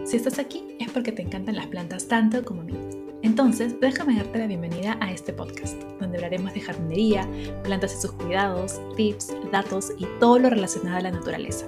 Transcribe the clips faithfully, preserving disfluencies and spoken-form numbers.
Si estás aquí es porque te encantan las plantas tanto como a mí. Entonces, déjame darte la bienvenida a este podcast, donde hablaremos de jardinería, plantas y sus cuidados, tips, datos y todo lo relacionado a la naturaleza.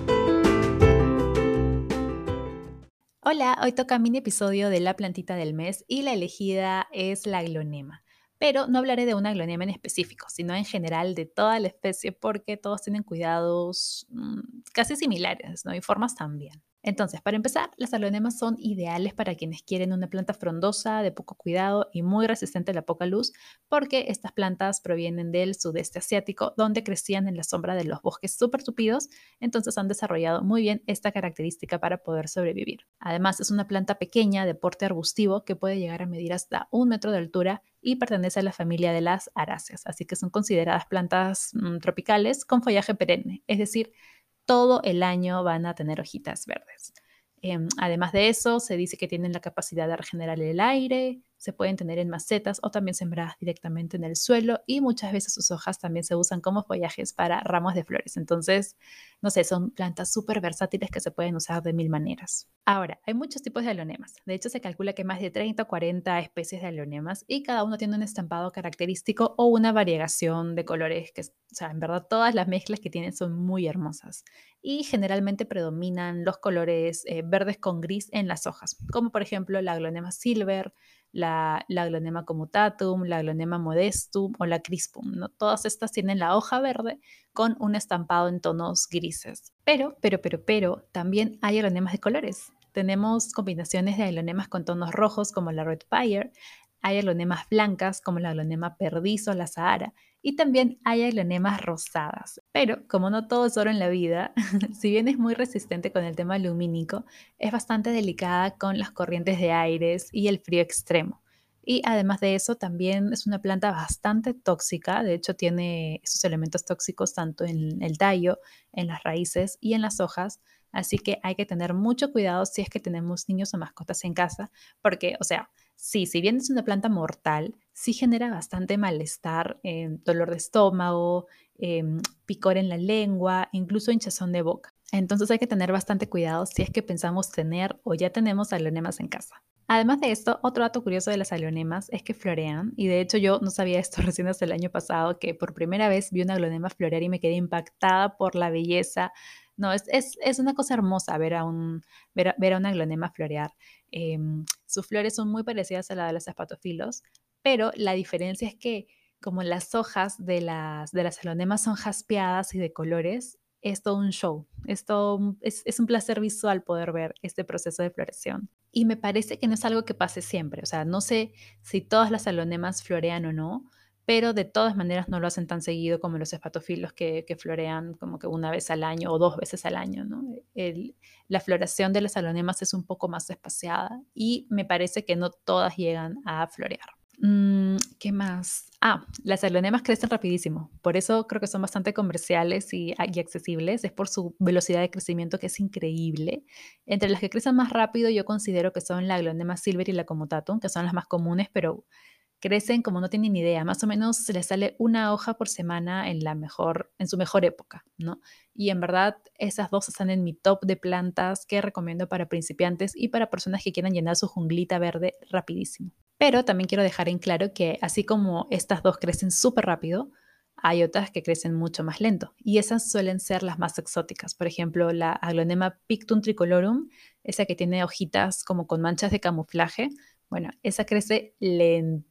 Hola, hoy toca mini episodio de la plantita del mes y la elegida es la aglonema. Pero no hablaré de una aglonema en específico, sino en general de toda la especie porque todos tienen cuidados mmm, casi similares, ¿no? Y formas también. Entonces, para empezar, las aglonemas son ideales para quienes quieren una planta frondosa, de poco cuidado y muy resistente a la poca luz, porque estas plantas provienen del sudeste asiático, donde crecían en la sombra de los bosques súper tupidos, entonces han desarrollado muy bien esta característica para poder sobrevivir. Además, es una planta pequeña de porte arbustivo que puede llegar a medir hasta un metro de altura y pertenece a la familia de las aráceas, así que son consideradas plantas mmm, tropicales con follaje perenne, es decir, todo el año van a tener hojitas verdes. Eh, además de eso, se dice que tienen la capacidad de regenerar el aire, se pueden tener en macetas o también sembradas directamente en el suelo y muchas veces sus hojas también se usan como follajes para ramos de flores. Entonces, no sé, son plantas súper versátiles que se pueden usar de mil maneras. Ahora, hay muchos tipos de aglonemas. De hecho, se calcula que hay más de treinta o cuarenta especies de aglonemas y cada uno tiene un estampado característico o una variegación de colores que, o sea, en verdad todas las mezclas que tienen son muy hermosas y generalmente predominan los colores eh, verdes con gris en las hojas, como por ejemplo la aglonema silver, la, la aglonema comutatum, la aglonema modestum o la crispum, ¿no? Todas estas tienen la hoja verde con un estampado en tonos grises. Pero, pero, pero, pero, también hay aglonemas de colores. Tenemos combinaciones de aglonemas con tonos rojos como la Red Fire, hay aglonemas blancas como la aglonema perdiz o la Sahara, y también hay aglonemas rosadas. Pero como no todo es oro en la vida, si bien es muy resistente con el tema lumínico, es bastante delicada con las corrientes de aires y el frío extremo. Y además de eso, también es una planta bastante tóxica. De hecho, tiene esos elementos tóxicos tanto en el tallo, en las raíces y en las hojas. Así que hay que tener mucho cuidado si es que tenemos niños o mascotas en casa, porque, o sea, sí, si bien es una planta mortal, sí genera bastante malestar, eh, dolor de estómago, eh, picor en la lengua, incluso hinchazón de boca. Entonces hay que tener bastante cuidado si es que pensamos tener o ya tenemos aglonemas en casa. Además de esto, otro dato curioso de las aglonemas es que florean, y de hecho yo no sabía esto recién hasta el año pasado, que por primera vez vi una aglonema florear y me quedé impactada por la belleza. No, es, es, es una cosa hermosa ver a, un, ver a, ver a una aglonema florear. Eh, sus flores son muy parecidas a la de los zapatofilos, pero la diferencia es que como las hojas de las, de las aglonemas son jaspeadas y de colores, es todo un show, es, todo un, es, es un placer visual poder ver este proceso de floración. Y me parece que no es algo que pase siempre, o sea, no sé si todas las aglonemas florean o no, pero de todas maneras no lo hacen tan seguido como los espatofilos que, que florean como que una vez al año o dos veces al año, ¿no? El, la floración de las aglonemas es un poco más espaciada y me parece que no todas llegan a florear. Mm, ¿Qué más? Ah, las aglonemas crecen rapidísimo, por eso creo que son bastante comerciales y, y accesibles, es por su velocidad de crecimiento que es increíble. Entre las que crecen más rápido yo considero que son la aglonema silver y la comutatum, que son las más comunes, pero crecen como no tienen ni idea, más o menos se les sale una hoja por semana en, la mejor, en su mejor época, ¿no? Y en verdad esas dos están en mi top de plantas que recomiendo para principiantes y para personas que quieran llenar su junglita verde rapidísimo. Pero también quiero dejar en claro que así como estas dos crecen súper rápido, hay otras que crecen mucho más lento y esas suelen ser las más exóticas. Por ejemplo, la Aglonema pictum tricolorum, esa que tiene hojitas como con manchas de camuflaje, bueno, esa crece lento.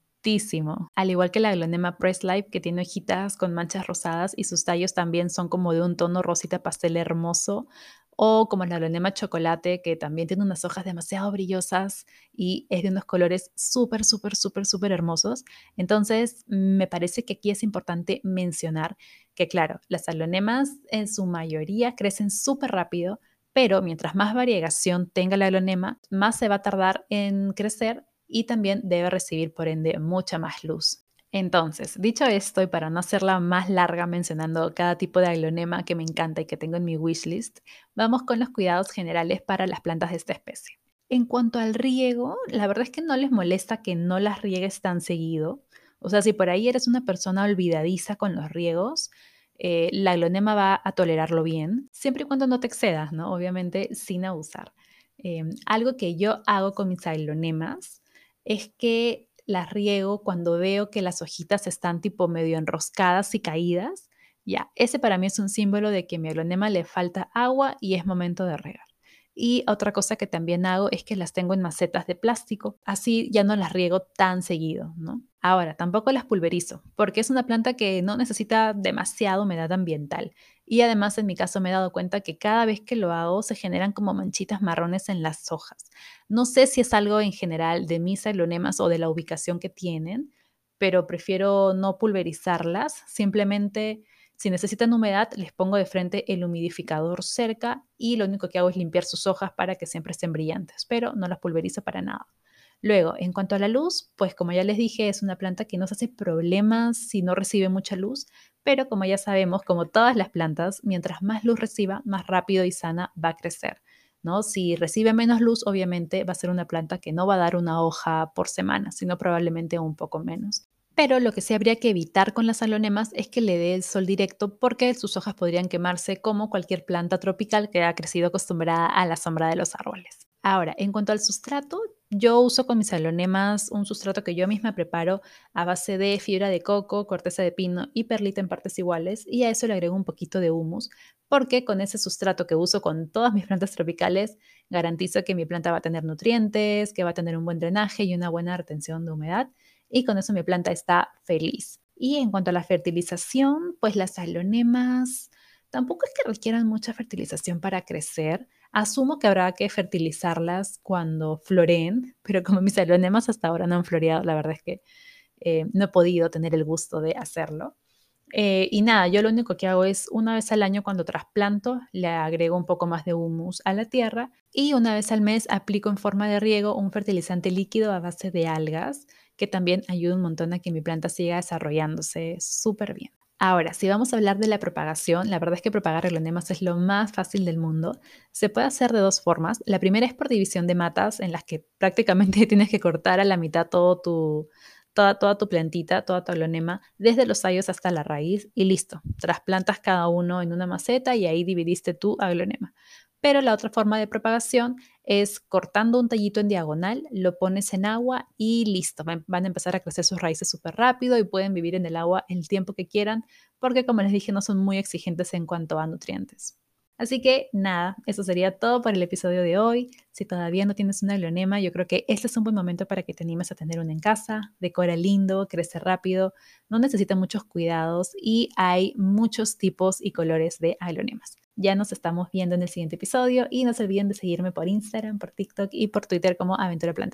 Al igual que la aglonema Press Life, que tiene hojitas con manchas rosadas y sus tallos también son como de un tono rosita pastel hermoso, o como la aglonema chocolate, que también tiene unas hojas demasiado brillosas y es de unos colores súper, súper, súper, súper hermosos. Entonces, me parece que aquí es importante mencionar que, claro, las aglonemas en su mayoría crecen súper rápido, pero mientras más variegación tenga la aglonema, más se va a tardar en crecer y también debe recibir, por ende, mucha más luz. Entonces, dicho esto, y para no hacerla más larga mencionando cada tipo de aglonema que me encanta y que tengo en mi wishlist, vamos con los cuidados generales para las plantas de esta especie. En cuanto al riego, la verdad es que no les molesta que no las riegues tan seguido. O sea, si por ahí eres una persona olvidadiza con los riegos, eh, la aglonema va a tolerarlo bien, siempre y cuando no te excedas, ¿no? Obviamente sin abusar. Em, algo que yo hago con mis aglonemas es que las riego cuando veo que las hojitas están tipo medio enroscadas y caídas. Ya, ese para mí es un símbolo de que a mi aglonema le falta agua y es momento de regar. Y otra cosa que también hago es que las tengo en macetas de plástico, así ya no las riego tan seguido, ¿no? Ahora, tampoco las pulverizo, porque es una planta que no necesita demasiada humedad ambiental. Y además, en mi caso, me he dado cuenta que cada vez que lo hago se generan como manchitas marrones en las hojas. No sé si es algo en general de mis aglonemas o de la ubicación que tienen, pero prefiero no pulverizarlas. Simplemente, si necesitan humedad, les pongo de frente el humidificador cerca y lo único que hago es limpiar sus hojas para que siempre estén brillantes, pero no las pulverizo para nada. Luego, en cuanto a la luz, pues como ya les dije, es una planta que no se hace problemas si no recibe mucha luz, pero como ya sabemos, como todas las plantas, mientras más luz reciba, más rápido y sana va a crecer, ¿no? Si recibe menos luz, obviamente va a ser una planta que no va a dar una hoja por semana, sino probablemente un poco menos. Pero lo que sí habría que evitar con las aglonemas es que le dé el sol directo porque sus hojas podrían quemarse como cualquier planta tropical que ha crecido acostumbrada a la sombra de los árboles. Ahora, en cuanto al sustrato, yo uso con mis aglonemas un sustrato que yo misma preparo a base de fibra de coco, corteza de pino y perlita en partes iguales, y a eso le agrego un poquito de humus, porque con ese sustrato que uso con todas mis plantas tropicales, garantizo que mi planta va a tener nutrientes, que va a tener un buen drenaje y una buena retención de humedad, y con eso mi planta está feliz. Y en cuanto a la fertilización, pues las aglonemas tampoco es que requieran mucha fertilización para crecer. Asumo que habrá que fertilizarlas cuando floreen, pero como mis aglonemas hasta ahora no han floreado, la verdad es que eh, no he podido tener el gusto de hacerlo. Eh, y nada, yo lo único que hago es una vez al año cuando trasplanto, le agrego un poco más de humus a la tierra y una vez al mes aplico en forma de riego un fertilizante líquido a base de algas que también ayuda un montón a que mi planta siga desarrollándose súper bien. Ahora, si vamos a hablar de la propagación, la verdad es que propagar aglonemas es lo más fácil del mundo. Se puede hacer de dos formas. La primera es por división de matas, en las que prácticamente tienes que cortar a la mitad todo tu, toda, toda tu plantita, toda tu aglonema, desde los tallos hasta la raíz y listo. Trasplantas cada uno en una maceta y ahí dividiste tu aglonema. Pero la otra forma de propagación es cortando un tallito en diagonal, lo pones en agua y listo. Van van a empezar a crecer sus raíces súper rápido y pueden vivir en el agua el tiempo que quieran porque, como les dije, no son muy exigentes en cuanto a nutrientes. Así que nada, eso sería todo para el episodio de hoy. Si todavía no tienes una aglonema, yo creo que este es un buen momento para que te animes a tener una en casa. Decora lindo, crece rápido, no necesita muchos cuidados y hay muchos tipos y colores de aglonemas. Ya nos estamos viendo en el siguiente episodio y no se olviden de seguirme por Instagram, por TikTok y por Twitter como Aventura Planta.